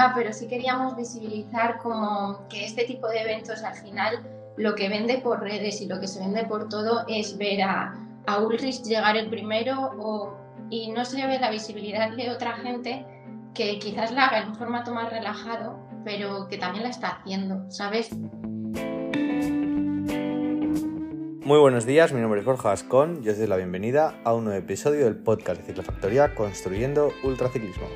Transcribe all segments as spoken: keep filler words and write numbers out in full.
está, pero sí queríamos visibilizar como que este tipo de eventos al final lo que vende por redes y lo que se vende por todo es ver a, a Ulrich llegar el primero o, y no se ve la visibilidad de otra gente que quizás la haga en un formato más relajado, pero que también la está haciendo, ¿sabes? Muy buenos días, mi nombre es Borja Ascón y os doy la bienvenida a un nuevo episodio del podcast de Ciclofactoría Construyendo Ultraciclismo.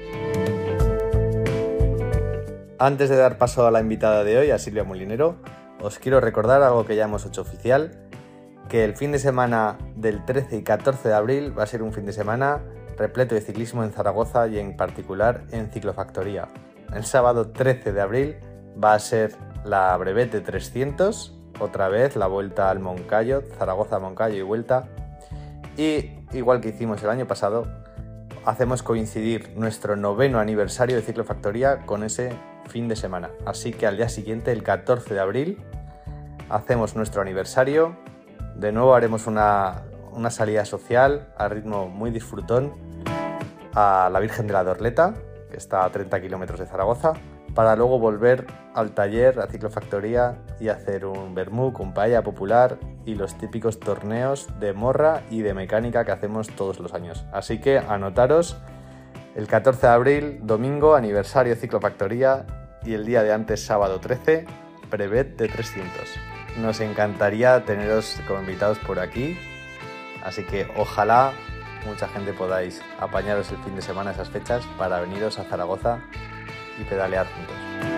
Antes de dar paso a la invitada de hoy, a Silvia Molinero, os quiero recordar algo que ya hemos hecho oficial, que el fin de semana del trece y catorce de abril va a ser un fin de semana repleto de ciclismo en Zaragoza y en particular en Ciclofactoría. El sábado trece de abril va a ser la Brevet de trescientos, otra vez la vuelta al Moncayo, Zaragoza-Moncayo y vuelta. Y igual que hicimos el año pasado, hacemos coincidir nuestro noveno aniversario de Ciclofactoría con ese fin de semana. Así que al día siguiente, el catorce de abril, hacemos nuestro aniversario. De nuevo haremos una, una salida social a ritmo muy disfrutón a la Virgen de la Dorleta, que está a treinta kilómetros de Zaragoza, para luego volver al taller, a Ciclofactoría, y hacer un vermú con paella popular y los típicos torneos de morra y de mecánica que hacemos todos los años. Así que anotaros, el catorce de abril, domingo, aniversario Ciclofactoría, y el día de antes, sábado trece, Brevet de trescientos. Nos encantaría teneros como invitados por aquí, así que ojalá mucha gente podáis apañaros el fin de semana a esas fechas para veniros a Zaragoza y pedalear juntos.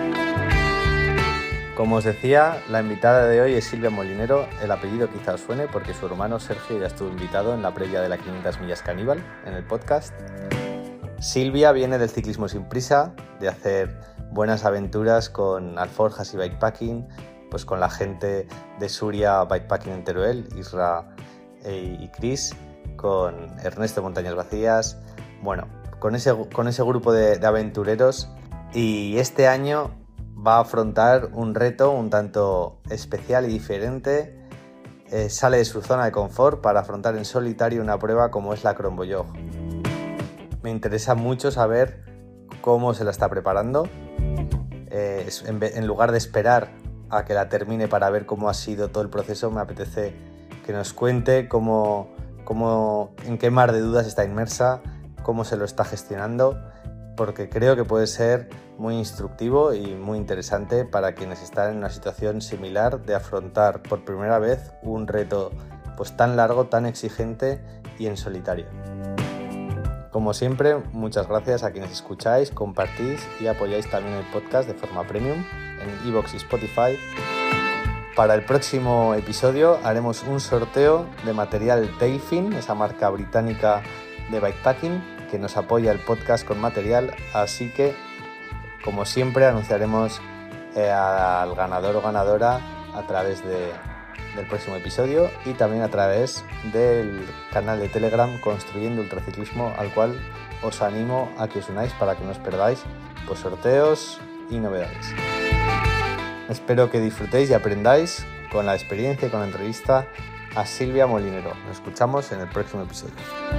Como os decía, la invitada de hoy es Silvia Molinero. El apellido quizá os suene porque su hermano Sergio ya estuvo invitado en la previa de la quinientas millas caníbal en el podcast. Silvia viene del ciclismo sin prisa, de hacer buenas aventuras con alforjas y bikepacking, pues con la gente de Suria Bikepacking en Teruel, Isra y Chris, con Ernesto Montañas Vacías, bueno, con ese, con ese grupo de, de aventureros. Y este año va a afrontar un reto un tanto especial y diferente. Eh, sale de su zona de confort para afrontar en solitario una prueba como es la Kronbojog. Me interesa mucho saber cómo se la está preparando. Eh, en, en lugar de esperar a que la termine para ver cómo ha sido todo el proceso, me apetece que nos cuente cómo, cómo, en qué mar de dudas está inmersa, cómo se lo está gestionando, porque creo que puede ser muy instructivo y muy interesante para quienes están en una situación similar de afrontar por primera vez un reto pues tan largo, tan exigente y en solitario. Como siempre, muchas gracias a quienes escucháis, compartís y apoyáis también el podcast de forma premium en iVoox y Spotify. Para el próximo episodio haremos un sorteo de material Tailfin, esa marca británica de bikepacking, que nos apoya el podcast con material, así que, como siempre, anunciaremos eh, al ganador o ganadora a través de, del próximo episodio y también a través del canal de Telegram Construyendo Ultraciclismo, al cual os animo a que os unáis para que no os perdáis pues, sorteos y novedades. Espero que disfrutéis y aprendáis con la experiencia y con la entrevista a Silvia Molinero. Nos escuchamos en el próximo episodio.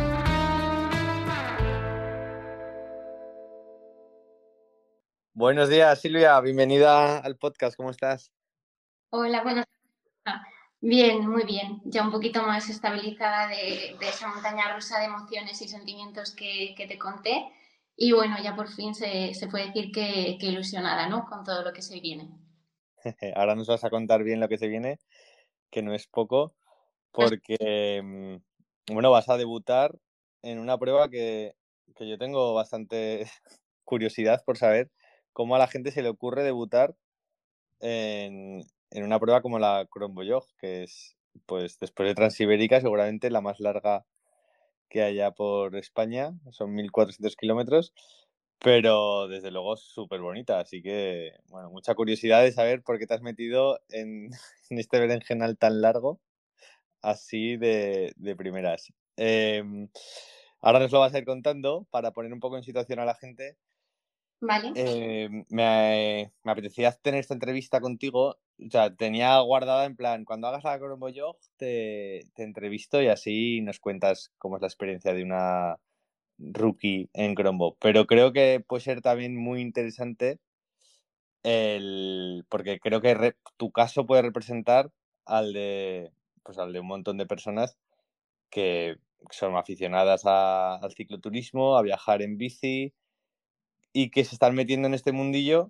Buenos días, Silvia. Bienvenida al podcast. ¿Cómo estás? Hola, buenas. Bien, muy bien. Ya un poquito más estabilizada de, de esa montaña rusa de emociones y sentimientos que, que te conté. Y bueno, ya por fin se, se puede decir que, que ilusionada, ¿no? Con todo lo que se viene. Ahora nos vas a contar bien lo que se viene, que no es poco, porque, bueno, vas a debutar en una prueba que, que yo tengo bastante curiosidad por saber cómo a la gente se le ocurre debutar en, en una prueba como la Kronbojog, que es, pues, después de Transibérica, seguramente la más larga que haya por España. Son mil cuatrocientos kilómetros, pero desde luego súper bonita. Así que, bueno, mucha curiosidad de saber por qué te has metido en, en este berenjenal tan largo, así de, de primeras. Eh, ahora nos lo vas a ir contando para poner un poco en situación a la gente. Vale. Eh, me, me apetecía tener esta entrevista contigo. O sea, tenía guardada en plan, cuando hagas la Kronbojog te, te entrevisto y así nos cuentas cómo es la experiencia de una, rookie en Chromebook, pero creo que puede ser también muy interesante el, porque creo que re, tu caso puede representar al de, pues al de un montón de personas que son aficionadas a, al cicloturismo, a viajar en bici y que se están metiendo en este mundillo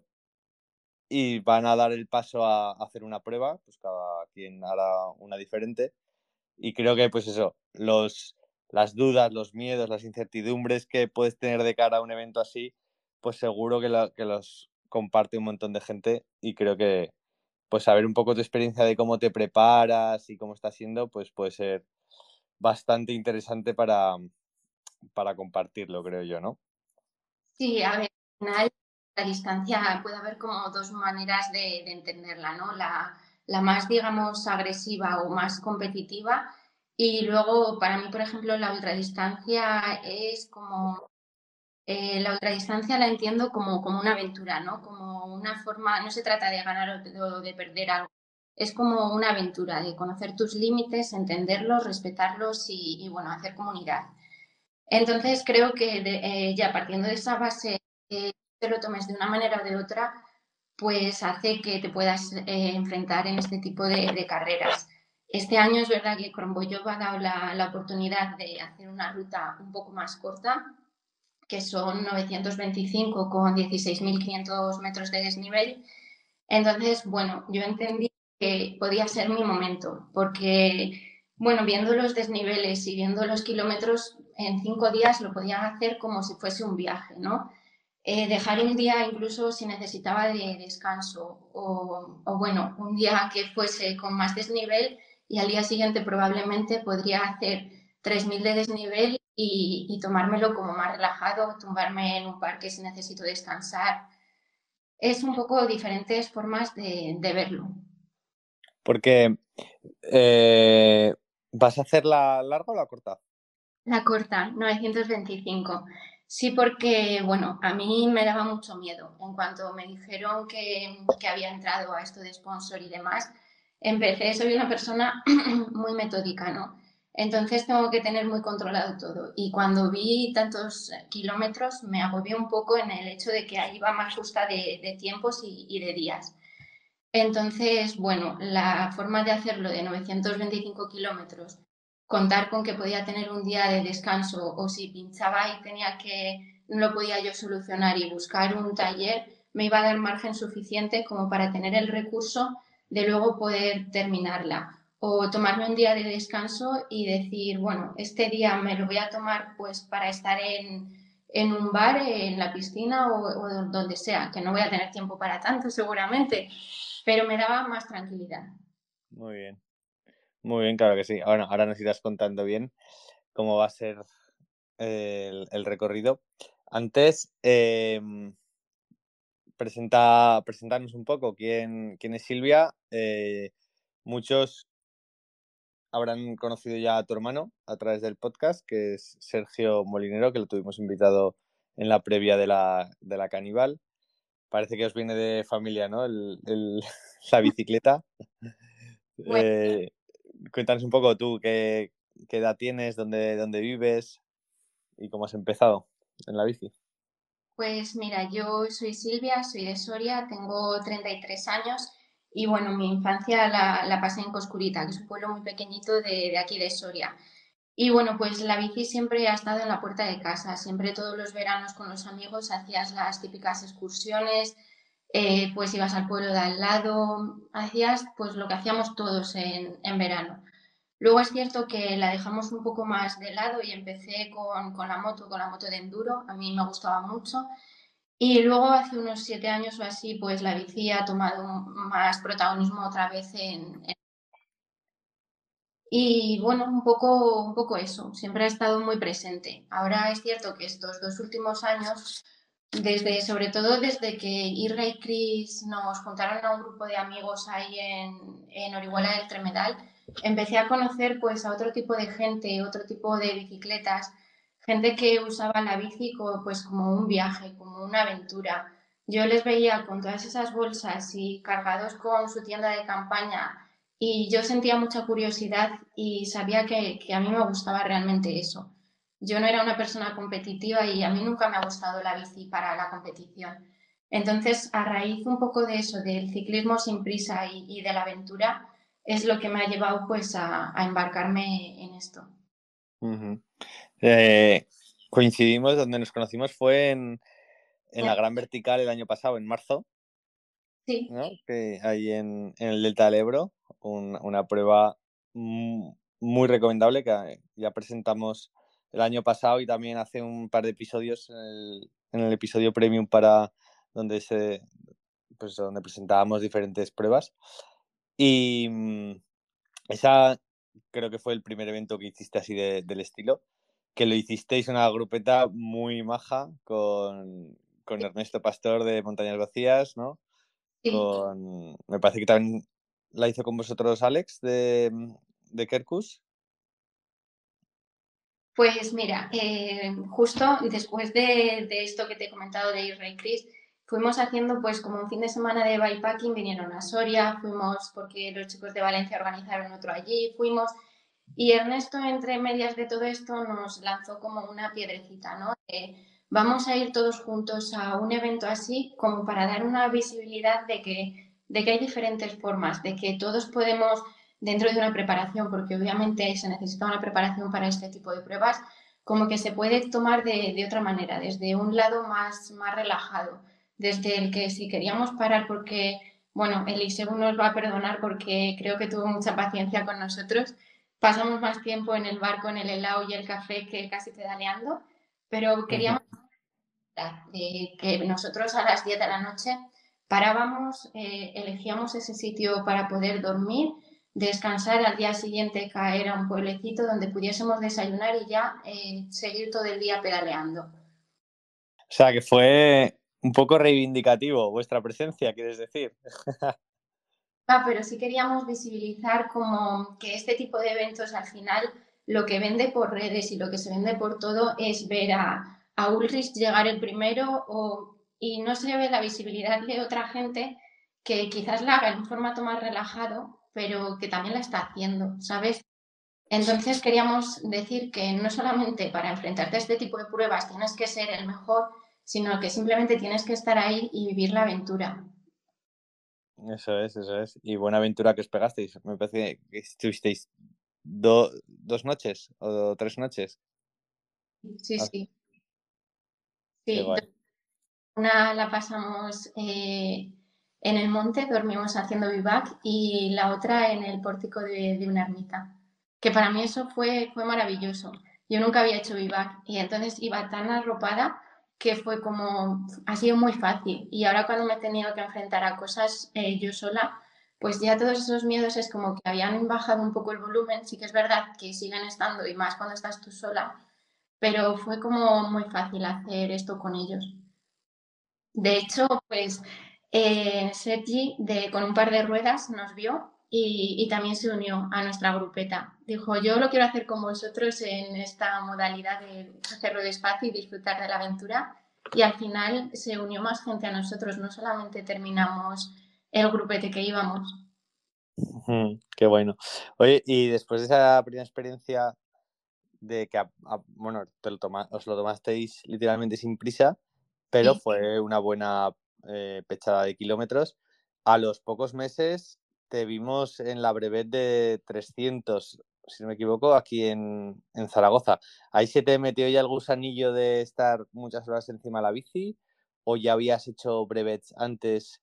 y van a dar el paso a, a hacer una prueba, pues cada quien hará una diferente. Y creo que, pues eso, los, las dudas, los miedos, las incertidumbres que puedes tener de cara a un evento así, pues seguro que, la, que los comparte un montón de gente y creo que, pues saber un poco tu experiencia de cómo te preparas y cómo está siendo, pues puede ser bastante interesante para, para compartirlo, creo yo, ¿no? Sí, a ver, al final la distancia puede haber como dos maneras de, de entenderla, ¿no? La, la más, digamos, agresiva o más competitiva. Y luego, para mí, por ejemplo, la ultradistancia es como, eh, la ultradistancia la entiendo como, como una aventura, ¿no? Como una forma, no se trata de ganar o de, o de perder algo, es como una aventura, de conocer tus límites, entenderlos, respetarlos y, y bueno, hacer comunidad. Entonces creo que de, eh, ya partiendo de esa base, eh, te lo tomes de una manera o de otra, pues hace que te puedas eh, enfrentar en este tipo de, de, carreras. Este año es verdad que Cromboyov ha dado la, la oportunidad de hacer una ruta un poco más corta, que son novecientos veinticinco con dieciséis mil quinientos metros de desnivel. Entonces, bueno, yo entendí que podía ser mi momento, porque, bueno, viendo los desniveles y viendo los kilómetros, en cinco días lo podía hacer como si fuese un viaje, ¿no? Eh, dejar un día incluso si necesitaba de descanso o, o, bueno, un día que fuese con más desnivel y al día siguiente probablemente podría hacer tres mil de desnivel y, y tomármelo como más relajado, tumbarme en un parque si necesito descansar. Es un poco diferentes formas de, de verlo. Porque eh, ¿vas a hacer la larga o la corta? La corta, novecientos veinticinco. Sí, porque, bueno, a mí me daba mucho miedo. En cuanto me dijeron que, que había entrado a esto de sponsor y demás, empecé, soy una persona muy metódica, ¿no? Entonces tengo que tener muy controlado todo. Y cuando vi tantos kilómetros, me agobié un poco en el hecho de que ahí va más justa de, de tiempos y, y de días. Entonces, bueno, la forma de hacerlo de novecientos veinticinco kilómetros, contar con que podía tener un día de descanso o si pinchaba y tenía que, no lo podía yo solucionar y buscar un taller, me iba a dar margen suficiente como para tener el recurso de luego poder terminarla. O tomarme un día de descanso y decir, bueno, este día me lo voy a tomar pues para estar en, en un bar, en la piscina o, o donde sea, que no voy a tener tiempo para tanto seguramente, pero me daba más tranquilidad. Muy bien, muy bien, claro que sí. Ahora, ahora nos irás contando bien cómo va a ser el, el recorrido. Antes, eh, presenta, presentarnos un poco quién, quién es Silvia. Eh, muchos habrán conocido ya a tu hermano a través del podcast, que es Sergio Molinero, que lo tuvimos invitado en la previa de la, de la Caníbal. Parece que os viene de familia, ¿no? El, el, la bicicleta. Bueno, Eh, cuéntanos un poco tú qué, qué edad tienes, dónde, dónde vives y cómo has empezado en la bici. pues mira, yo soy Silvia, soy de Soria, tengo treinta y tres años y bueno, mi infancia la, la pasé en Coscurita, que es un pueblo muy pequeñito de, de aquí de Soria. Y bueno, pues la bici siempre ha estado en la puerta de casa, siempre todos los veranos con los amigos hacías las típicas excursiones, eh, pues ibas al pueblo de al lado, hacías pues lo que hacíamos todos en, en verano. Luego es cierto que la dejamos un poco más de lado y empecé con, con la moto, con la moto de enduro, a mí me gustaba mucho. Y luego hace unos siete años o así, pues la bici ha tomado más protagonismo otra vez en, en y bueno, un poco, un poco eso, siempre ha estado muy presente. Ahora es cierto que estos dos últimos años, desde, sobre todo desde que Irra y Chris nos juntaron a un grupo de amigos ahí en, en Orihuela del Tremedal, empecé a conocer pues a otro tipo de gente, otro tipo de bicicletas, gente que usaba la bici como, pues como un viaje, como una aventura. Yo les veía con todas esas bolsas y cargados con su tienda de campaña y yo sentía mucha curiosidad y sabía que, que a mí me gustaba realmente eso. yo no era una persona competitiva y a mí nunca me ha gustado la bici para la competición. Entonces, a raíz un poco de eso, del ciclismo sin prisa y, y de la aventura, es lo que me ha llevado pues a, a embarcarme en esto. Uh-huh. Eh, coincidimos, donde nos conocimos fue en, en la Gran Vertical el año pasado, en marzo, Sí, ¿no? Que ahí en, en el Delta del Ebro, un, una prueba muy, muy recomendable que ya presentamos el año pasado y también hace un par de episodios en el, en el episodio premium para donde se pues donde presentábamos diferentes pruebas y mmm, esa creo que fue el primer evento que hiciste así de, del estilo, que lo hicisteis una grupeta muy maja con, con Ernesto Pastor de Montañas Vacías, ¿no? sí. Con, me parece que también la hizo con vosotros Alex de, de Kerkus. Pues mira, eh, justo después de, de, esto que te he comentado de Israel Chris, fuimos haciendo pues como un fin de semana de bikepacking, vinieron a Soria, fuimos porque los chicos de Valencia organizaron otro allí, fuimos y Ernesto entre medias de todo esto nos lanzó como una piedrecita, ¿no? Eh, vamos a ir todos juntos a un evento así como para dar una visibilidad de que, de que hay diferentes formas, de que todos podemos dentro de una preparación, porque obviamente se necesita una preparación para este tipo de pruebas, como que se puede tomar de, de otra manera, desde un lado más, más relajado, desde el que si queríamos parar porque, bueno, Eliseu nos va a perdonar porque creo que tuvo mucha paciencia con nosotros, pasamos más tiempo en el bar con el helado y el café que casi pedaleando, pero queríamos de que nosotros a las diez de la noche parábamos, eh, elegíamos ese sitio para poder dormir, descansar, al día siguiente caer a un pueblecito donde pudiésemos desayunar y ya eh, seguir todo el día pedaleando. O sea, que fue un poco reivindicativo vuestra presencia, ¿quieres decir? Ah, pero sí queríamos visibilizar como que este tipo de eventos al final lo que vende por redes y lo que se vende por todo es ver a, a Ulrich llegar el primero o, y no se ve la visibilidad de otra gente que quizás la haga en un formato más relajado, pero que también la está haciendo, ¿sabes? Entonces queríamos decir que no solamente para enfrentarte a este tipo de pruebas tienes que ser el mejor, sino que simplemente tienes que estar ahí y vivir la aventura. Eso es, eso es. Y buena aventura que os pegasteis. Me parece que estuvisteis do, dos noches o tres noches. Sí, Ah, sí. qué Sí, guay. una la pasamos eh, en el monte, dormimos haciendo vivac y la otra en el pórtico de, de una ermita. Que para mí eso fue, fue maravilloso. Yo nunca había hecho vivac y entonces iba tan arropada que fue como, ha sido muy fácil. Y ahora cuando me he tenido que enfrentar a cosas eh, yo sola, pues ya todos esos miedos es como que habían bajado un poco el volumen. Sí que es verdad que siguen estando y más cuando estás tú sola, pero fue como muy fácil hacer esto con ellos. De hecho, pues eh, Sergi de, con un par de ruedas nos vio y, y, también se unió a nuestra grupeta. Dijo, yo lo quiero hacer con vosotros en esta modalidad de hacerlo despacio y disfrutar de la aventura. Y al final se unió más gente a nosotros, no solamente terminamos el grupete que íbamos. Mm, qué bueno. Oye, y después de esa primera experiencia de que, a, a, bueno, te lo toma, os lo tomasteis literalmente sin prisa, pero Sí. fue una buena eh, pechada de kilómetros. A los pocos meses te vimos en la brevet de trescientos, si no me equivoco, aquí en, en Zaragoza. ¿Ahí se te metió ya el gusanillo de estar muchas horas encima de la bici o ya habías hecho brevets antes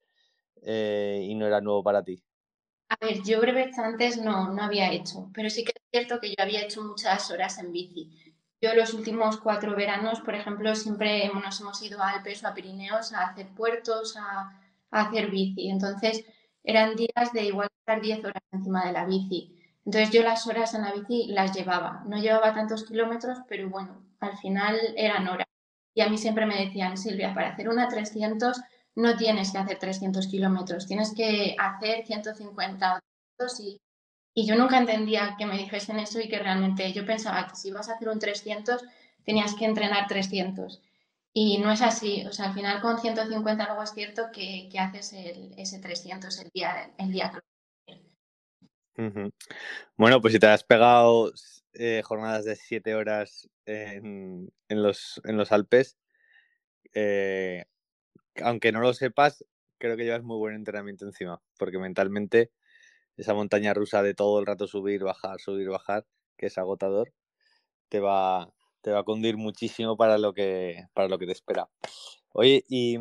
eh, y no era nuevo para ti? A ver, yo breves antes no, no había hecho, pero sí que es cierto que yo había hecho muchas horas en bici. Yo los últimos cuatro veranos, por ejemplo, siempre nos hemos ido a Alpes o a Pirineos a hacer puertos, a, a hacer bici. Entonces eran días de igual estar diez horas encima de la bici. Entonces yo las horas en la bici las llevaba. No llevaba tantos kilómetros, pero bueno, al final eran horas. Y a mí siempre me decían, Silvia, para hacer una trescientos no tienes que hacer trescientos kilómetros, tienes que hacer ciento cincuenta o doscientos y, y yo nunca entendía que me dijesen eso y que realmente yo pensaba que si ibas a hacer un trescientos tenías que entrenar trescientos y no es así, o sea, al final con ciento cincuenta luego es cierto que, que haces el, ese trescientos el día, el día. Uh-huh. Bueno, pues si te has pegado eh, jornadas de siete horas en, en, los, en los Alpes, eh, aunque no lo sepas, creo que llevas muy buen entrenamiento encima, porque mentalmente esa montaña rusa de todo el rato subir, bajar, subir, bajar, que es agotador, te va, te va a cundir muchísimo para lo que, para lo que te espera. Oye, y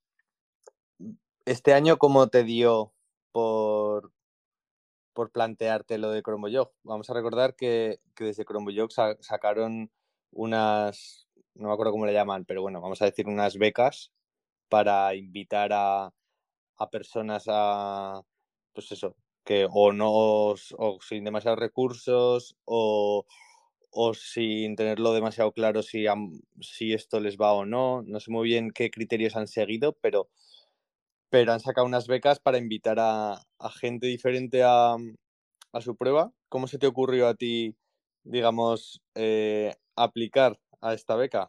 este año, ¿cómo te dio por, por plantearte lo de Chromoyog? Vamos a recordar que, que desde Chromoyog sa sacaron unas, no me acuerdo cómo le llaman, pero bueno, vamos a decir unas becas para invitar a, a personas a, pues eso, que o no, o, o sin demasiados recursos, o, o sin tenerlo demasiado claro si, si esto les va o no. No sé muy bien qué criterios han seguido, pero, pero han sacado unas becas para invitar a, a gente diferente a, a su prueba. ¿Cómo se te ocurrió a ti, digamos, eh, aplicar a esta beca?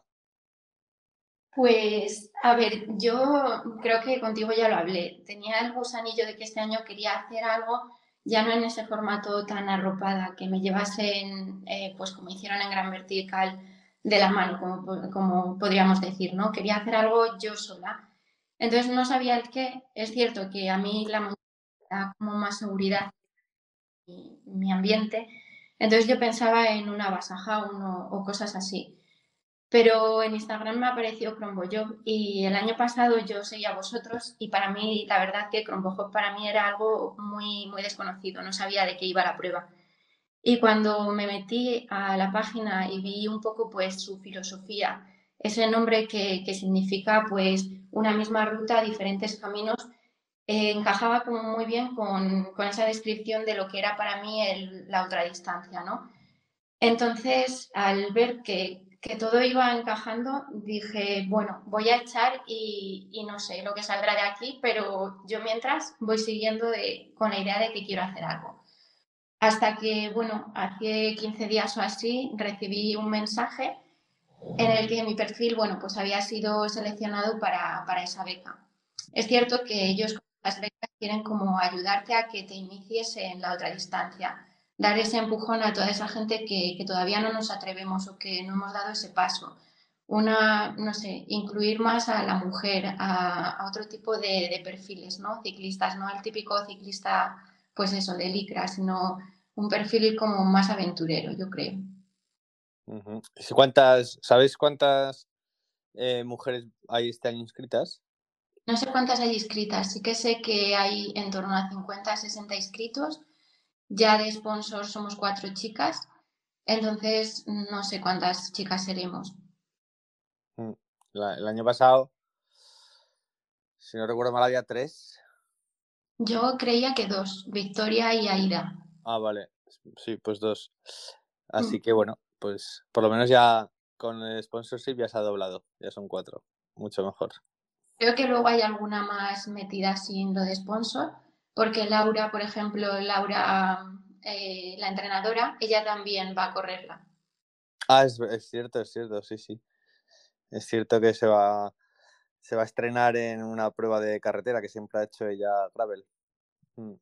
Pues, a ver, yo creo que contigo ya lo hablé. Tenía el gusanillo de que este año quería hacer algo, ya no en ese formato tan arropada, que me llevasen, eh, pues como hicieron en Gran Vertical, de la mano, como, como podríamos decir, ¿no? Quería hacer algo yo sola. Entonces no sabía el qué. Es cierto que a mí la montaña me da como más seguridad y mi ambiente. Entonces yo pensaba en una Basaja uno, o cosas así. Pero en Instagram me apareció Chromebojob y el año pasado yo seguía a vosotros y para mí, la verdad que Chromebojob para mí era algo muy, muy desconocido, no sabía de qué iba la prueba. Y cuando me metí a la página y vi un poco pues su filosofía, ese nombre que, que significa pues una misma ruta, diferentes caminos, eh, encajaba como muy bien con, con, esa descripción de lo que era para mí el, la ultradistancia, ¿no? Entonces, al ver que, que, todo iba encajando, dije, bueno, voy a echar y, y, no sé lo que saldrá de aquí, pero yo mientras voy siguiendo de, con la idea de que quiero hacer algo. Hasta que, bueno, hace quince días o así recibí un mensaje en el que mi perfil, bueno, pues había sido seleccionado para, para esa beca. Es cierto que ellos con las becas quieren como ayudarte a que te inicies en la otra distancia, dar ese empujón a toda esa gente que, que todavía no nos atrevemos o que no hemos dado ese paso. Una, no sé, incluir más a la mujer, a, a otro tipo de, de, perfiles, ¿no? Ciclistas, no al típico ciclista, pues eso, de licra, sino un perfil como más aventurero, yo creo. Uh-huh. ¿Cuántas, ¿Sabes cuántas eh, mujeres hay este año inscritas? No sé cuántas hay inscritas, sí que sé que hay en torno a cincuenta, sesenta inscritos. Ya de sponsor somos cuatro chicas, entonces no sé cuántas chicas seremos. La, el año pasado, si no recuerdo mal, había tres. Yo creía que dos, Victoria y Aida. Ah, vale, sí, pues dos. Así mm. que bueno, pues por lo menos ya con el sponsorship ya se ha doblado, ya son cuatro, mucho mejor. Creo que luego hay alguna más metida sin lo de sponsor, porque Laura, por ejemplo, Laura, eh, la entrenadora, ella también va a correrla. Ah, es, es cierto, es cierto, sí, sí. Es cierto que se va, se va a estrenar en una prueba de carretera que siempre ha hecho ella gravel. Mm.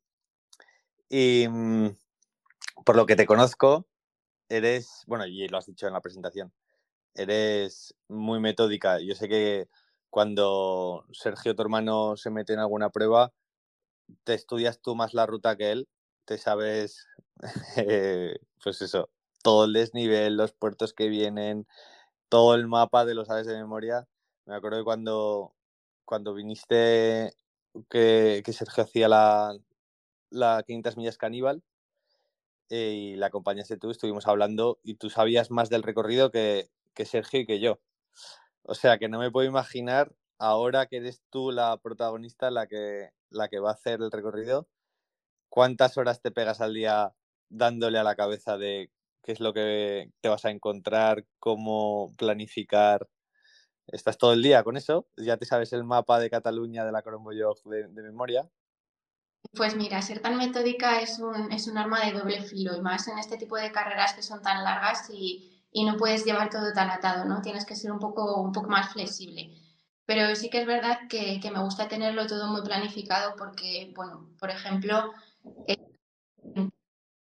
Y mm, por lo que te conozco, eres, bueno, y lo has dicho en la presentación, eres muy metódica. Yo sé que cuando Sergio, tu hermano, se mete en alguna prueba, te estudias tú más la ruta que él, te sabes, eh, pues eso, todo el desnivel, los puertos que vienen, todo el mapa te lo sabes de memoria. Me acuerdo de cuando, cuando viniste, que, que Sergio hacía la, la quinientas millas caníbal eh, y la acompañaste tú, estuvimos hablando y tú sabías más del recorrido que, que Sergio y que yo. O sea que no me puedo imaginar ahora que eres tú la protagonista, la que, la que va a hacer el recorrido, ¿cuántas horas te pegas al día dándole a la cabeza de qué es lo que te vas a encontrar, cómo planificar? ¿Estás todo el día con eso? ¿Ya te sabes el mapa de Cataluña de la Chromebojob de, de memoria? Pues mira, ser tan metódica es un, es un arma de doble filo, y más en este tipo de carreras que son tan largas y, y no puedes llevar todo tan atado, ¿no? Tienes que ser un poco, un poco más flexible. Pero sí que es verdad que, que me gusta tenerlo todo muy planificado porque, bueno, por ejemplo, eh,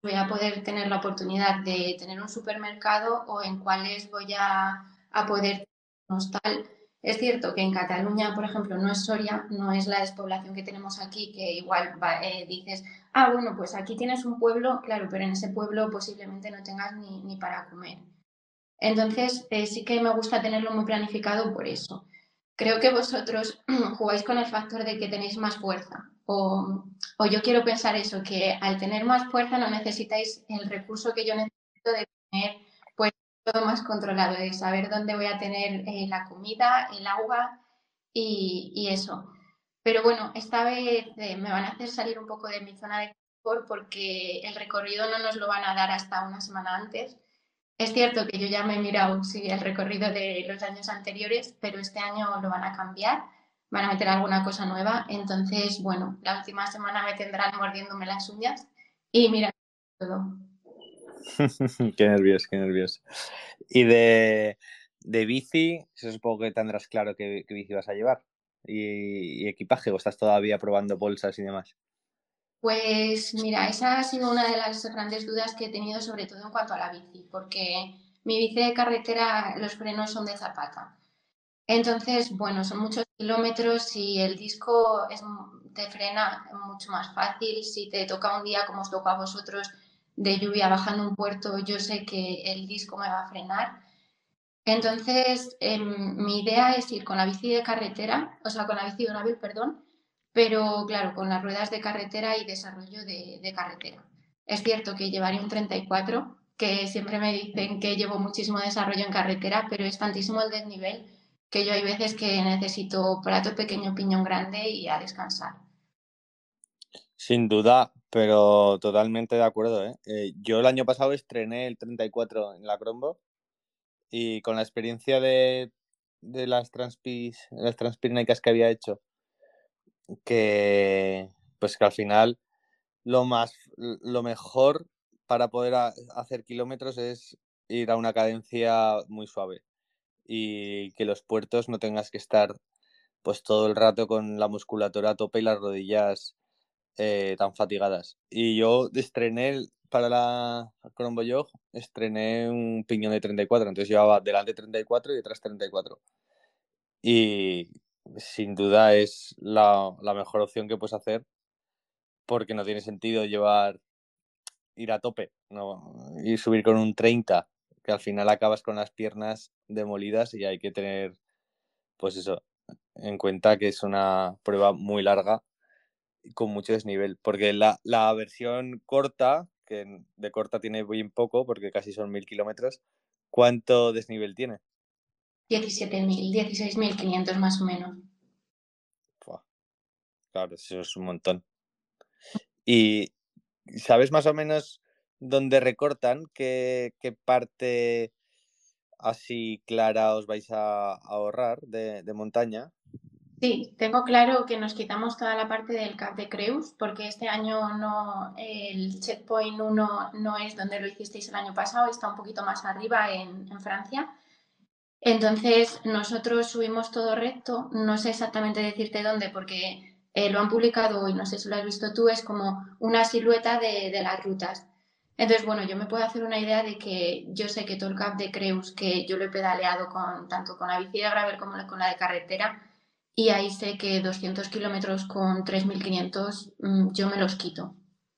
voy a poder tener la oportunidad de tener un supermercado o en cuáles voy a, a poder tal. Es cierto que en Cataluña, por ejemplo, no es Soria, no es la despoblación que tenemos aquí, que igual va, eh, dices, ah, bueno, pues aquí tienes un pueblo, claro, pero en ese pueblo posiblemente no tengas ni, ni para comer. Entonces, eh, sí que me gusta tenerlo muy planificado por eso. Creo que vosotros jugáis con el factor de que tenéis más fuerza. O, o yo quiero pensar eso, que al tener más fuerza no necesitáis el recurso que yo necesito de tener pues todo más controlado, de saber dónde voy a tener eh, la comida, el agua y, y, eso. Pero bueno, esta vez eh, me van a hacer salir un poco de mi zona de confort porque el recorrido no nos lo van a dar hasta una semana antes. Es cierto que yo ya me he mirado sí, el recorrido de los años anteriores, pero este año lo van a cambiar, van a meter alguna cosa nueva. Entonces, bueno, la última semana me tendrán mordiéndome las uñas y mira todo. Qué nervios, qué nervios. Y de, de bici, eso supongo que tendrás claro qué, qué bici vas a llevar. Y, y equipaje, o estás todavía probando bolsas y demás. Pues mira, esa ha sido una de las grandes dudas que he tenido, sobre todo en cuanto a la bici, porque mi bici de carretera, los frenos son de zapata. Entonces, bueno, son muchos kilómetros y el disco es, te frena mucho más fácil. Si te toca un día como os toca a vosotros de lluvia bajando un puerto, yo sé que el disco me va a frenar. Entonces, eh, mi idea es ir con la bici de carretera, o sea, con la bici gravel, perdón, pero claro, con las ruedas de carretera y desarrollo de, de carretera. Es cierto que llevaré un treinta y cuatro, que siempre me dicen que llevo muchísimo desarrollo en carretera, pero es tantísimo el desnivel que yo hay veces que necesito plato pequeño, piñón grande y a descansar. Sin duda, pero totalmente de acuerdo, ¿eh? Eh, yo el año pasado estrené el treinta y cuatro en la Crombo y con la experiencia de, de las transpis, las transpírnicas que había hecho, que pues que al final lo más lo mejor para poder a, hacer kilómetros es ir a una cadencia muy suave y que los puertos no tengas que estar pues todo el rato con la musculatura a tope y las rodillas eh, tan fatigadas. Y yo estrené para la Cromboyog, estrené un piñón de treinta y cuatro, entonces llevaba delante treinta y cuatro y detrás treinta y cuatro. Y sin duda es la, la mejor opción que puedes hacer porque no tiene sentido llevar ir a tope, no y subir con un treinta, que al final acabas con las piernas demolidas y hay que tener, pues eso, en cuenta que es una prueba muy larga y con mucho desnivel, porque la, la versión corta, que de corta tiene bien poco, porque casi son mil kilómetros, ¿cuánto desnivel tiene? diecisiete mil, dieciséis mil quinientos más o menos. Pua, claro, eso es un montón. Y ¿sabes más o menos dónde recortan? ¿Qué, qué parte así clara os vais a ahorrar de, de montaña? Sí, tengo claro que nos quitamos toda la parte del Cap de Creus, porque este año no, el checkpoint uno no es donde lo hicisteis el año pasado, está un poquito más arriba en, en Francia. Entonces, nosotros subimos todo recto, no sé exactamente decirte dónde, porque eh, lo han publicado hoy, no sé si lo has visto tú, es como una silueta de, de las rutas. Entonces, bueno, yo me puedo hacer una idea de que yo sé que todo el Cap de Creus, que yo lo he pedaleado con, tanto con la bici de gravel como con la de carretera, y ahí sé que doscientos kilómetros con tres mil quinientos mmm, yo me los quito.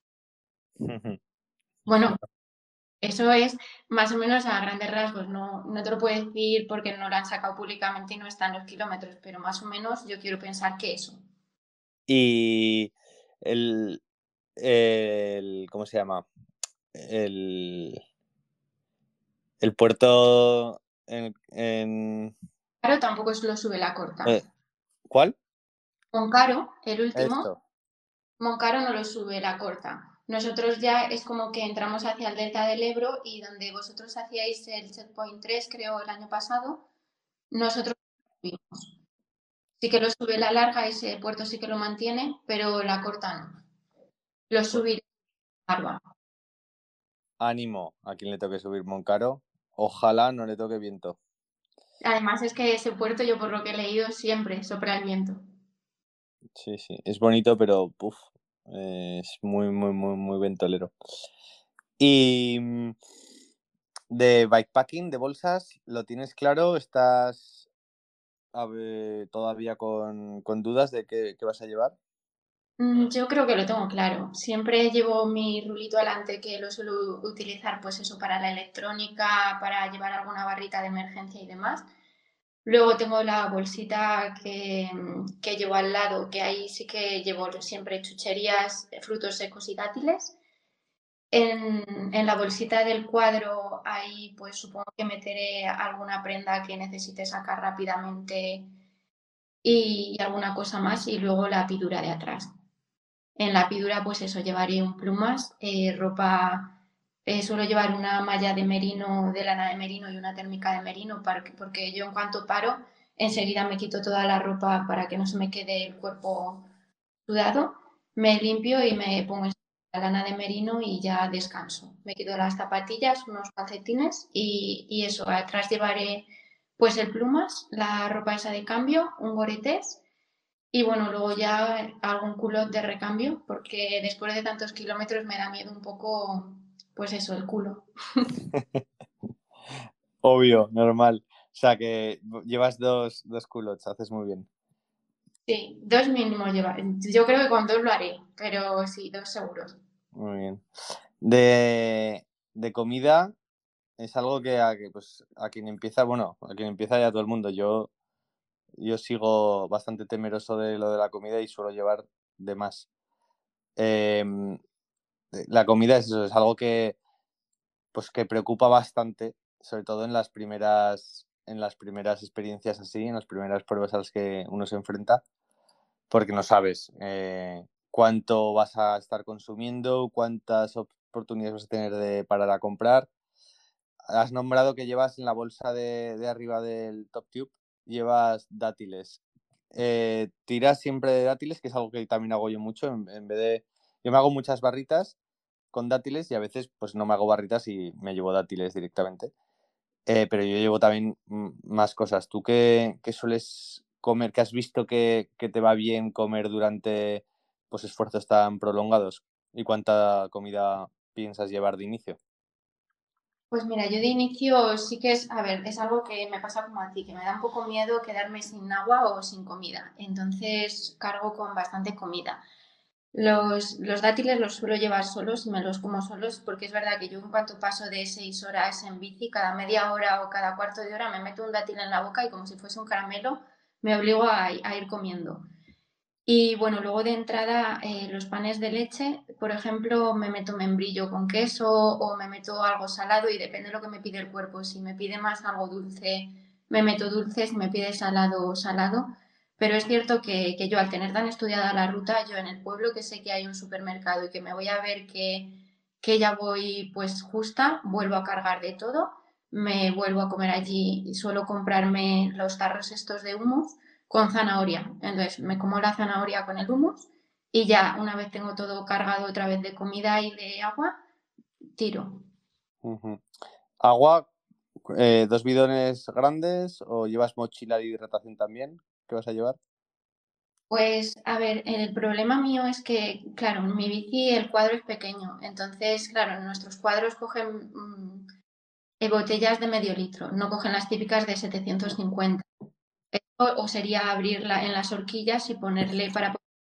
Bueno, eso es más o menos a grandes rasgos, no, no te lo puedo decir porque no lo han sacado públicamente y no están los kilómetros, pero más o menos yo quiero pensar que eso. Y el, el ¿cómo se llama? El, el puerto en, en Claro, tampoco es lo sube la corta. eh, ¿cuál? Moncaro, el último, Esto. Moncaro no lo sube la corta. Nosotros ya es como que entramos hacia el delta del Ebro y donde vosotros hacíais el checkpoint tres, creo, el año pasado, nosotros subimos. Sí que lo sube la larga, ese puerto sí que lo mantiene, pero la corta no. Lo Pues subirá Barba. ánimo a quien le toque subir Moncaro. Ojalá no le toque viento. Además es que ese puerto, yo por lo que he leído, siempre sopra el viento. Sí, sí. Es bonito, pero uf, eh, es muy, muy, muy, muy ventolero. Y mm, de bikepacking, de bolsas, ¿lo tienes claro? ¿Estás a ver, todavía con, con dudas de qué, qué vas a llevar? Mm, Yo creo que lo tengo claro. Siempre llevo mi rulito adelante que lo suelo utilizar pues eso para la electrónica, para llevar alguna barrita de emergencia y demás. Luego tengo la bolsita que, que llevo al lado, que ahí sí que llevo siempre chucherías, frutos secos y dátiles. En, en la bolsita del cuadro ahí pues supongo que meteré alguna prenda que necesite sacar rápidamente y, y alguna cosa más y luego la pidura de atrás. En la pidura, pues eso, llevaré un plumas, eh, ropa, eh, suelo llevar una malla de merino, de lana de merino y una térmica de merino, para que- porque yo en cuanto paro, enseguida me quito toda la ropa para que no se me quede el cuerpo sudado, me limpio y me pongo la lana de merino y ya descanso. Me quito las zapatillas, unos calcetines y, y eso, atrás llevaré pues el plumas, la ropa esa de cambio, un goretés y bueno, luego ya algún culot de recambio, porque después de tantos kilómetros me da miedo un poco, pues eso, el culo. Obvio, normal. O sea que llevas dos, dos culottes, haces muy bien. Sí, dos mínimos llevar. Yo creo que con dos lo haré, pero sí, dos seguros. Muy bien. De, de comida es algo que a, que, pues, a quien empieza, bueno, a quien empieza ya todo el mundo. Yo, yo sigo bastante temeroso de lo de la comida y suelo llevar de más. Eh, la comida es eso, es algo que, pues, que preocupa bastante, sobre todo en las primeras, en las primeras experiencias así, en las primeras pruebas a las que uno se enfrenta, porque no sabes eh, cuánto vas a estar consumiendo, cuántas oportunidades vas a tener de parar a comprar. Has nombrado que llevas en la bolsa de, de arriba del Top Tube, llevas dátiles. Eh, tiras siempre de dátiles, que es algo que también hago yo mucho, en, en vez de... Yo me hago muchas barritas con dátiles y a veces pues no me hago barritas y me llevo dátiles directamente. Eh, pero yo llevo también mm, más cosas. ¿Tú qué, qué sueles comer? ¿Qué has visto que, que te va bien comer durante pues, esfuerzos tan prolongados? ¿Y cuánta comida piensas llevar de inicio? Pues mira, yo de inicio sí que es, a ver, es algo que me pasa como a ti, que me da un poco miedo quedarme sin agua o sin comida. Entonces cargo con bastante comida. Los, los dátiles los suelo llevar solos y me los como solos porque es verdad que yo en cuanto paso de seis horas en bici, cada media hora o cada cuarto de hora me meto un dátil en la boca y como si fuese un caramelo me obligo a, a ir comiendo. Y bueno, luego de entrada eh, los panes de leche, por ejemplo, me meto membrillo con queso o me meto algo salado y depende de lo que me pide el cuerpo. Si me pide más algo dulce, me meto dulce, si me pide salado, salado. Pero es cierto que, que yo al tener tan estudiada la ruta, yo en el pueblo que sé que hay un supermercado y que me voy a ver que, que ya voy pues justa, vuelvo a cargar de todo, me vuelvo a comer allí y suelo comprarme los tarros estos de hummus con zanahoria. Entonces me como la zanahoria con el hummus y ya una vez tengo todo cargado otra vez de comida y de agua, tiro. Ujú. Agua, eh, dos bidones grandes o llevas mochila de hidratación también. ¿Qué vas a llevar? Pues a ver, el problema mío es que, claro, en mi bici el cuadro es pequeño, entonces, claro, nuestros cuadros cogen mm, eh, botellas de medio litro, no cogen las típicas de setecientos cincuenta. O, o sería abrirla en las horquillas y ponerle para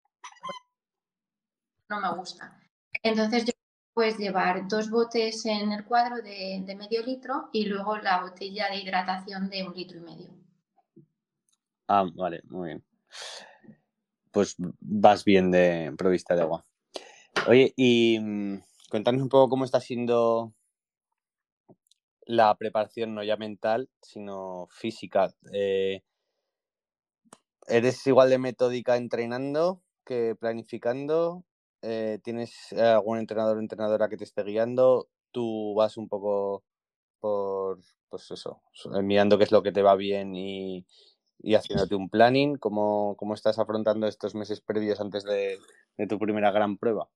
no me gusta. Entonces yo puedes llevar dos botes en el cuadro de, de medio litro y luego la botella de hidratación de un litro y medio. Ah, vale, muy bien. Pues vas bien de provista de agua. Oye, y mm, cuéntanos un poco cómo está siendo la preparación, no ya mental, sino física. Eh, ¿Eres igual de metódica entrenando que planificando? Eh, ¿Tienes algún entrenador o entrenadora que te esté guiando? ¿Tú vas un poco por, pues eso, mirando qué es lo que te va bien y, y haciéndote un planning? ¿Cómo, cómo estás afrontando estos meses previos antes de, de tu primera gran prueba?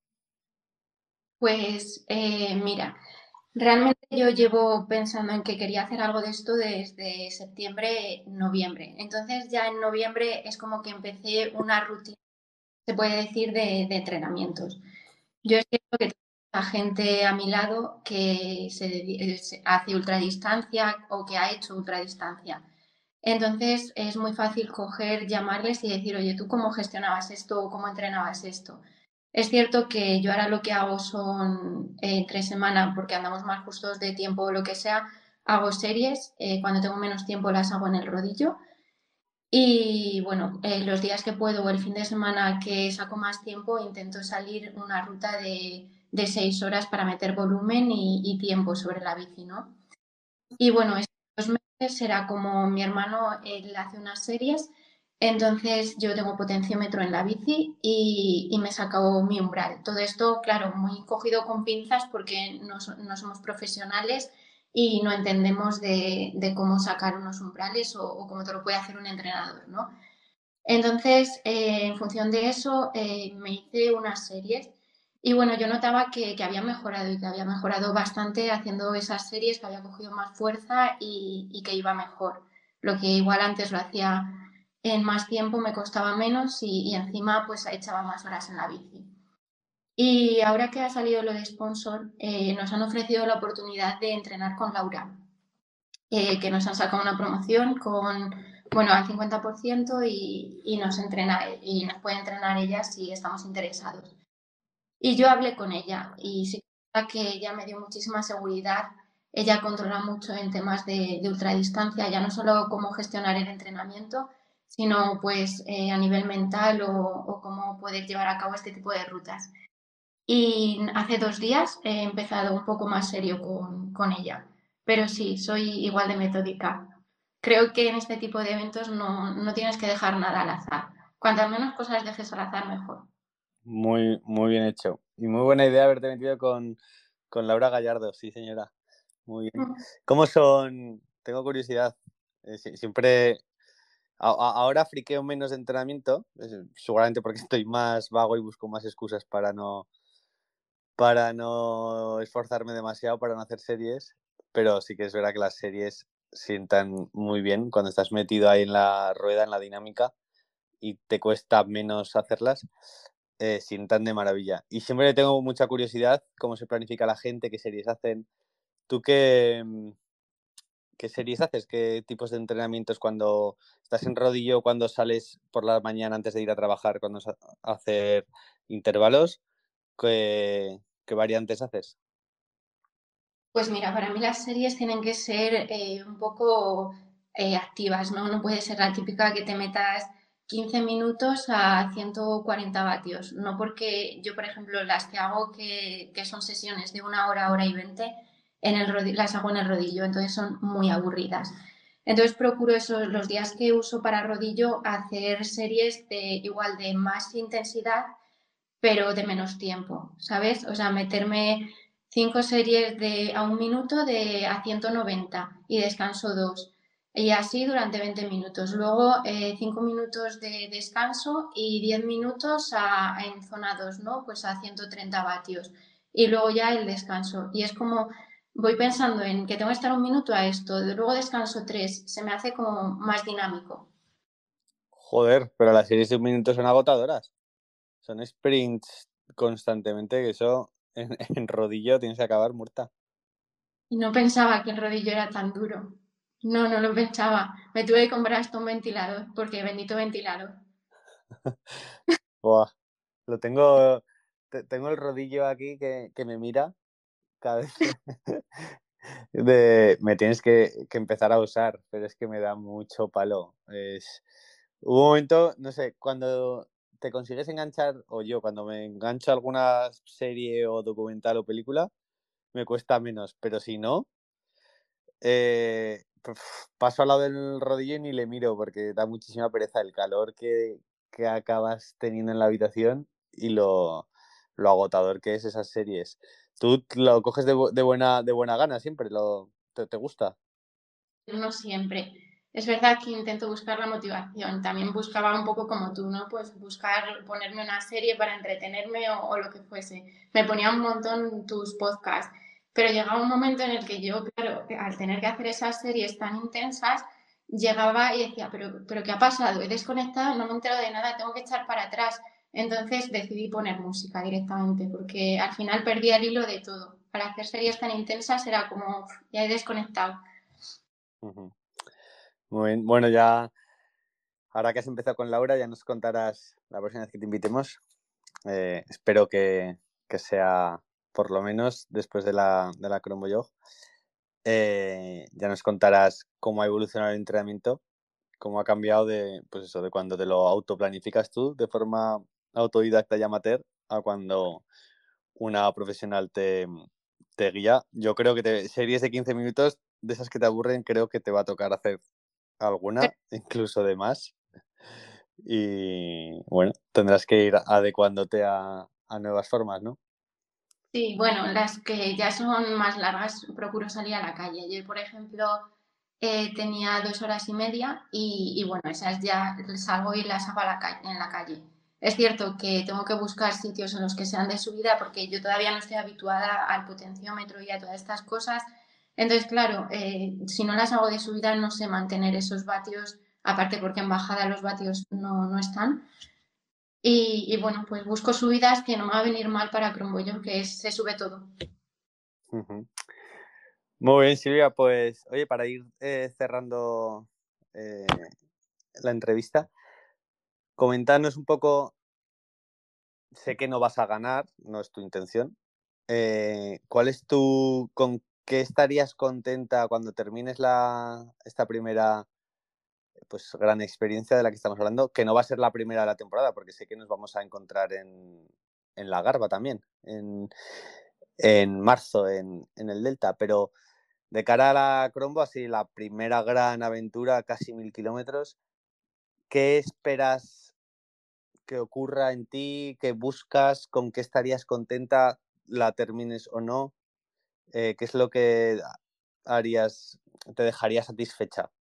Pues eh, mira, realmente yo llevo pensando en que quería hacer algo de esto desde septiembre, noviembre. Entonces ya en noviembre es como que empecé una rutina, se puede decir, de, de entrenamientos. Yo es cierto que a gente a mi lado que se, dedi- se hace ultradistancia o que ha hecho ultradistancia. Entonces es muy fácil coger, llamarles y decir, oye, ¿tú cómo gestionabas esto o cómo entrenabas esto? Es cierto que yo ahora lo que hago son eh, entre semana, porque andamos más justos de tiempo o lo que sea, hago series, eh, cuando tengo menos tiempo las hago en el rodillo y bueno, eh, los días que puedo o el fin de semana que saco más tiempo intento salir una ruta de, de seis horas para meter volumen y, y tiempo sobre la bici, ¿no? Y bueno, estos meses será como mi hermano, él hace unas series, entonces yo tengo potenciómetro en la bici y, y me sacó mi umbral. Todo esto, claro, muy cogido con pinzas porque no, so- no somos profesionales y no entendemos de, de cómo sacar unos umbrales o, o cómo te lo puede hacer un entrenador, ¿no? Entonces, eh, en función de eso, eh, me hice unas series y bueno, yo notaba que, que, había mejorado y que había mejorado bastante haciendo esas series, que había cogido más fuerza y, y que iba mejor. Lo que igual antes lo hacía en más tiempo, me costaba menos y, y encima pues echaba más horas en la bici. Y ahora que ha salido lo de sponsor, eh, nos han ofrecido la oportunidad de entrenar con Laura, eh, que nos han sacado una promoción con, bueno, al cincuenta por ciento y, y nos entrena y nos puede entrenar ella si estamos interesados. Y yo hablé con ella y sí que ella me dio muchísima seguridad. Ella controla mucho en temas de, de ultradistancia, ya no solo cómo gestionar el entrenamiento, sino pues eh, a nivel mental o, o cómo poder llevar a cabo este tipo de rutas. Y hace dos días he empezado un poco más serio con, con ella. Pero sí, soy igual de metódica. Creo que en este tipo de eventos no, no tienes que dejar nada al azar. Cuantas menos cosas dejes al azar, mejor. Muy, muy bien hecho. Y muy buena idea haberte metido con, con Laura Gallardo, sí, señora. Muy bien. Mm. ¿Cómo son? Tengo curiosidad. Eh, si- siempre. a- a- ahora friqueo menos de entrenamiento, eh, seguramente porque estoy más vago y busco más excusas para no, para no esforzarme demasiado, para no hacer series. Pero sí que es verdad que las series sientan muy bien cuando estás metido ahí en la rueda, en la dinámica, y te cuesta menos hacerlas, eh, sientan de maravilla. Y siempre tengo mucha curiosidad cómo se planifica la gente, qué series hacen. ¿Tú qué, qué series haces? ¿Qué tipos de entrenamientos cuando estás en rodillo, cuando sales por la mañana antes de ir a trabajar, cuando sa- hacer intervalos? ¿Qué, qué variantes haces? Pues mira, para mí las series tienen que ser eh, un poco eh, activas, ¿no? No puede ser la típica que te metas quince minutos a ciento cuarenta vatios. No porque yo, por ejemplo, las que hago que, que son sesiones de una hora, hora y veinte, en el rodi- las hago en el rodillo, entonces son muy aburridas. Entonces procuro esos, los días que uso para rodillo, hacer series de igual de más intensidad pero de menos tiempo, ¿sabes? O sea, meterme cinco series de a un minuto de a ciento noventa y descanso dos. Y así durante veinte minutos. Luego eh, cinco minutos de descanso y diez minutos a, en zona dos, ¿no? Pues a ciento treinta vatios. Y luego ya el descanso. Y es como voy pensando en que tengo que estar un minuto a esto, luego descanso tres. Se me hace como más dinámico. Joder, pero las series de un minuto son agotadoras. Son sprints constantemente, que eso en, en rodillo tienes que acabar muerta. Y no pensaba que el rodillo era tan duro. No, no lo pensaba. Me tuve que comprar hasta un ventilador, porque bendito ventilador. Buah, lo tengo, te- tengo el rodillo aquí que, que me mira cada vez de, me tienes que, que empezar a usar, pero es que me da mucho palo. Es, hubo un momento, no sé, cuando te consigues enganchar, o yo, cuando me engancho a alguna serie o documental o película, me cuesta menos, pero si no, eh, pf, paso al lado del rodillo y ni le miro porque da muchísima pereza el calor que, que acabas teniendo en la habitación y lo, lo agotador que es esas series. ¿Tú lo coges de, bu- de buena, de buena gana siempre? Lo, te, ¿te gusta? No siempre. Es verdad que intento buscar la motivación. También buscaba un poco como tú, ¿no? Pues buscar ponerme una serie para entretenerme o, o lo que fuese. Me ponía un montón tus podcasts, pero llegaba un momento en el que yo, claro, al tener que hacer esas series tan intensas, llegaba y decía, pero, pero ¿qué ha pasado? He desconectado, no me entero de nada, tengo que echar para atrás. Entonces decidí poner música directamente porque al final perdí el hilo de todo. Para hacer series tan intensas era como, uf, ya he desconectado. Uh-huh. Muy bien. Bueno, ya ahora que has empezado con Laura, ya nos contarás la próxima vez que te invitemos. Eh, espero que, que sea por lo menos después de la, de la Chromboyog. Eh, ya nos contarás cómo ha evolucionado el entrenamiento, cómo ha cambiado de, pues eso, de cuando te lo autoplanificas tú de forma autodidacta y amateur a cuando una profesional te, te guía. Yo creo que te, series de quince minutos, de esas que te aburren, creo que te va a tocar hacer alguna, incluso de más. Y bueno, tendrás que ir adecuándote a, a nuevas formas, ¿no? Sí, bueno, las que ya son más largas procuro salir a la calle. Ayer, por ejemplo, eh, tenía dos horas y media y, y bueno, esas ya salgo y las hago a la calle, en la calle. Es cierto que tengo que buscar sitios en los que sean de subida porque yo todavía no estoy habituada al potenciómetro y a todas estas cosas. Entonces, claro, eh, si no las hago de subida no sé mantener esos vatios, aparte porque en bajada los vatios no, no están. Y, y, bueno, pues busco subidas que no me va a venir mal para Crombollo, que es, se sube todo. Uh-huh. Muy bien, Silvia, pues oye, para ir eh, cerrando eh, la entrevista, comentarnos un poco, sé que no vas a ganar, no es tu intención, eh, ¿cuál es tu, con qué estarías contenta cuando termines la, esta primera pues gran experiencia de la que estamos hablando, que no va a ser la primera de la temporada, porque sé que nos vamos a encontrar en, en la Garba también, en, en marzo en, en el Delta, pero de cara a la Crombo, así la primera gran aventura, casi mil kilómetros, ¿qué esperas que ocurra en ti? ¿Qué buscas? ¿Con qué estarías contenta? ¿La termines o no? Eh, ¿Qué es lo que harías, te dejaría satisfecha?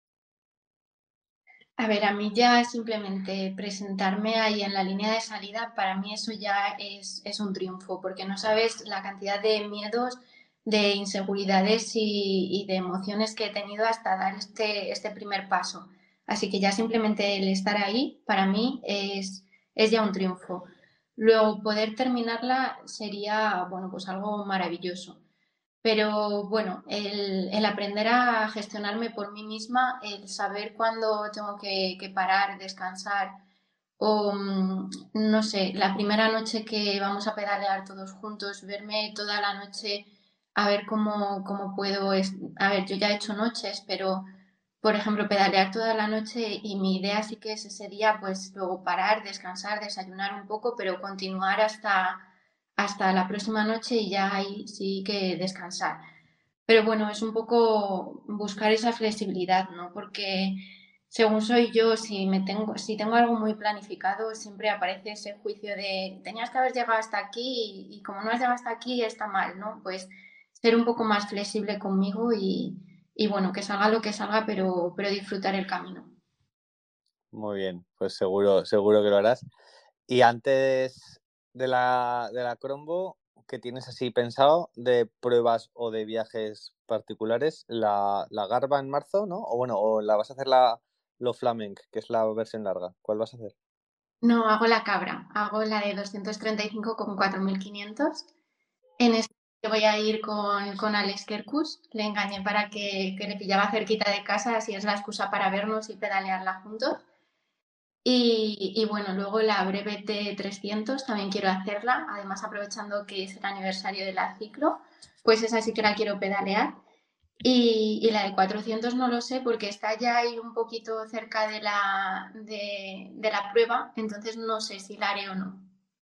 A ver, a mí ya simplemente presentarme ahí en la línea de salida, para mí eso ya es, es un triunfo, porque no sabes la cantidad de miedos, de inseguridades y, y de emociones que he tenido hasta dar este, este primer paso. Así que ya simplemente el estar ahí, para mí, es, es ya un triunfo. Luego, poder terminarla sería, bueno, pues algo maravilloso. Pero bueno, el, el aprender a gestionarme por mí misma, el saber cuándo tengo que, que parar, descansar, o mm, no sé, la primera noche que vamos a pedalear todos juntos, verme toda la noche a ver cómo, cómo puedo. es- A ver, yo ya he hecho noches, pero por ejemplo, pedalear toda la noche y mi idea sí que es ese día, pues luego parar, descansar, desayunar un poco, pero continuar hasta, hasta la próxima noche y ya ahí sí que descansar. Pero bueno, es un poco buscar esa flexibilidad, ¿no? Porque según soy yo, si me tengo, si tengo algo muy planificado, siempre aparece ese juicio de tenías que haber llegado hasta aquí y, y como no has llegado hasta aquí está mal, ¿no? Pues ser un poco más flexible conmigo y, y bueno, que salga lo que salga, pero, pero disfrutar el camino. Muy bien, pues seguro, seguro que lo harás. Y antes de la, de la Crombo, ¿qué tienes así pensado de pruebas o de viajes particulares? La, la Garba en marzo, ¿no? O bueno, o la vas a hacer la Lo Flamenc, que es la versión larga. ¿Cuál vas a hacer? No, hago la cabra, hago la de doscientos treinta y cinco con cuatro mil quinientos. En este voy a ir con, con Alex Kerkus. Le engañé para que, que le pillaba cerquita de casa, así es la excusa para vernos y pedalearla juntos. Y, y bueno, luego la breve T trescientos también quiero hacerla, además aprovechando que es el aniversario de la ciclo, pues esa sí que la quiero pedalear. Y, y la de cuatrocientos no lo sé porque está ya ahí un poquito cerca de la, de, de la prueba, entonces no sé si la haré o no.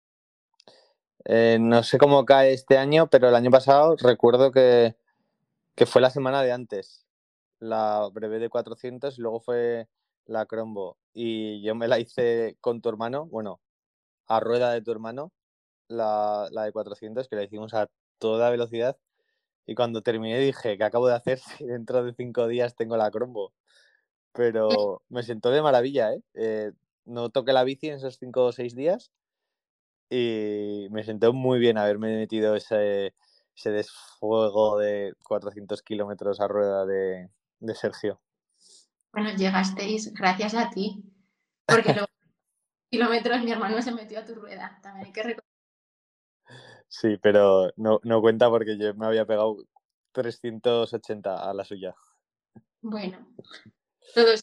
Eh, no sé cómo cae este año, pero el año pasado recuerdo que, que fue la semana de antes. La breve de cuatrocientos y luego fue la Crombo. Y yo me la hice con tu hermano, bueno, a rueda de tu hermano, la, la de cuatrocientos, que la hicimos a toda velocidad. Y cuando terminé dije, ¿qué acabo de hacer si dentro de cinco días tengo la Crombo? Pero me sentó de maravilla, ¿eh? Eh, no toqué la bici en esos cinco o seis días y me sentó muy bien haberme metido ese, ese desfuego de cuatrocientos kilómetros a rueda de, de Sergio. Bueno, llegasteis gracias a ti, porque luego kilómetros mi hermano se metió a tu rueda. También hay que recordar. Sí, pero no, no cuenta porque yo me había pegado trescientos ochenta a la suya. Bueno, todos.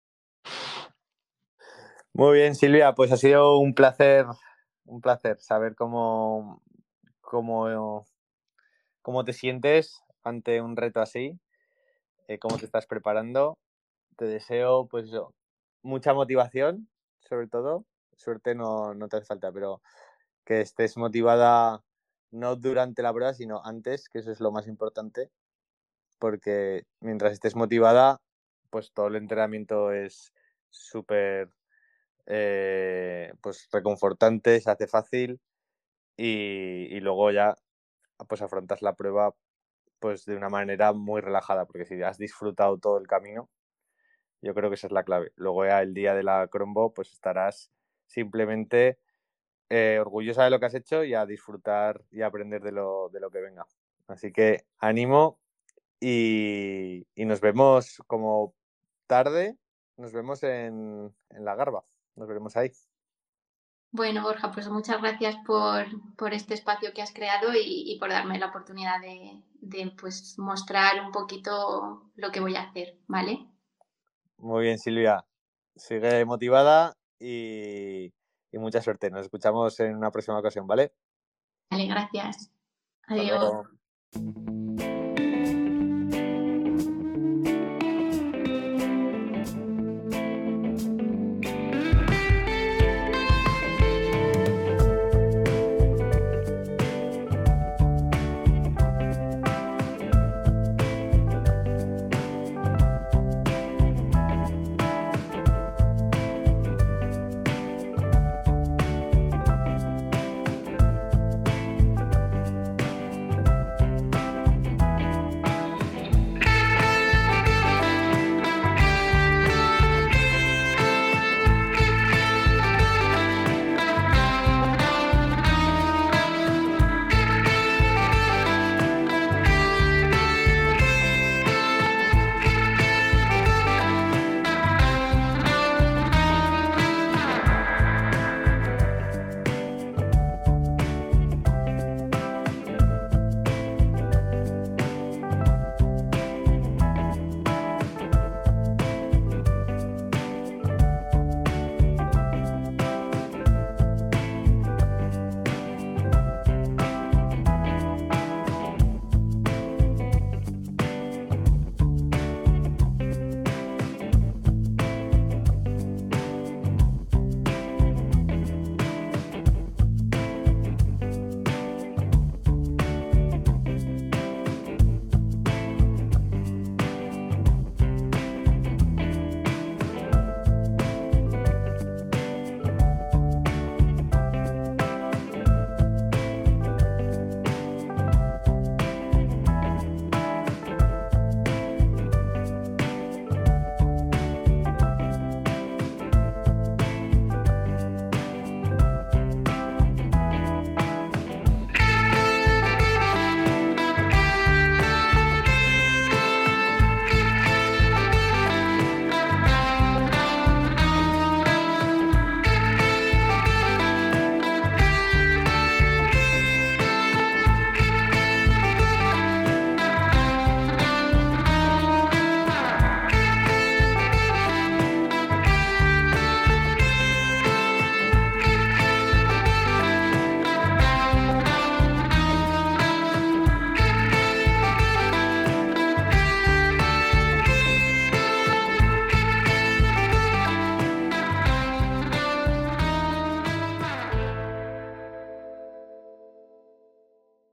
Muy bien, Silvia, pues ha sido un placer, un placer saber cómo, cómo, cómo te sientes ante un reto así, eh, cómo te estás preparando. Te deseo, pues eso, mucha motivación, sobre todo. Suerte no, no te hace falta, pero que estés motivada no durante la prueba, sino antes, que eso es lo más importante, porque mientras estés motivada, pues todo el entrenamiento es súper eh, pues reconfortante, se hace fácil y, y luego ya pues afrontas la prueba pues de una manera muy relajada, porque si has disfrutado todo el camino, yo creo que esa es la clave. Luego ya el día de la Crombo, pues estarás simplemente eh, orgullosa de lo que has hecho y a disfrutar y a aprender de lo, de lo que venga. Así que ánimo y, y nos vemos como tarde, nos vemos en, en la Garba. Nos veremos ahí. Bueno, Borja, pues muchas gracias por, por este espacio que has creado y, y por darme la oportunidad de, de pues, mostrar un poquito lo que voy a hacer, ¿vale? Muy bien, Silvia. Sigue motivada y, y mucha suerte. Nos escuchamos en una próxima ocasión, ¿vale? Vale, gracias. Hasta Adiós. luego.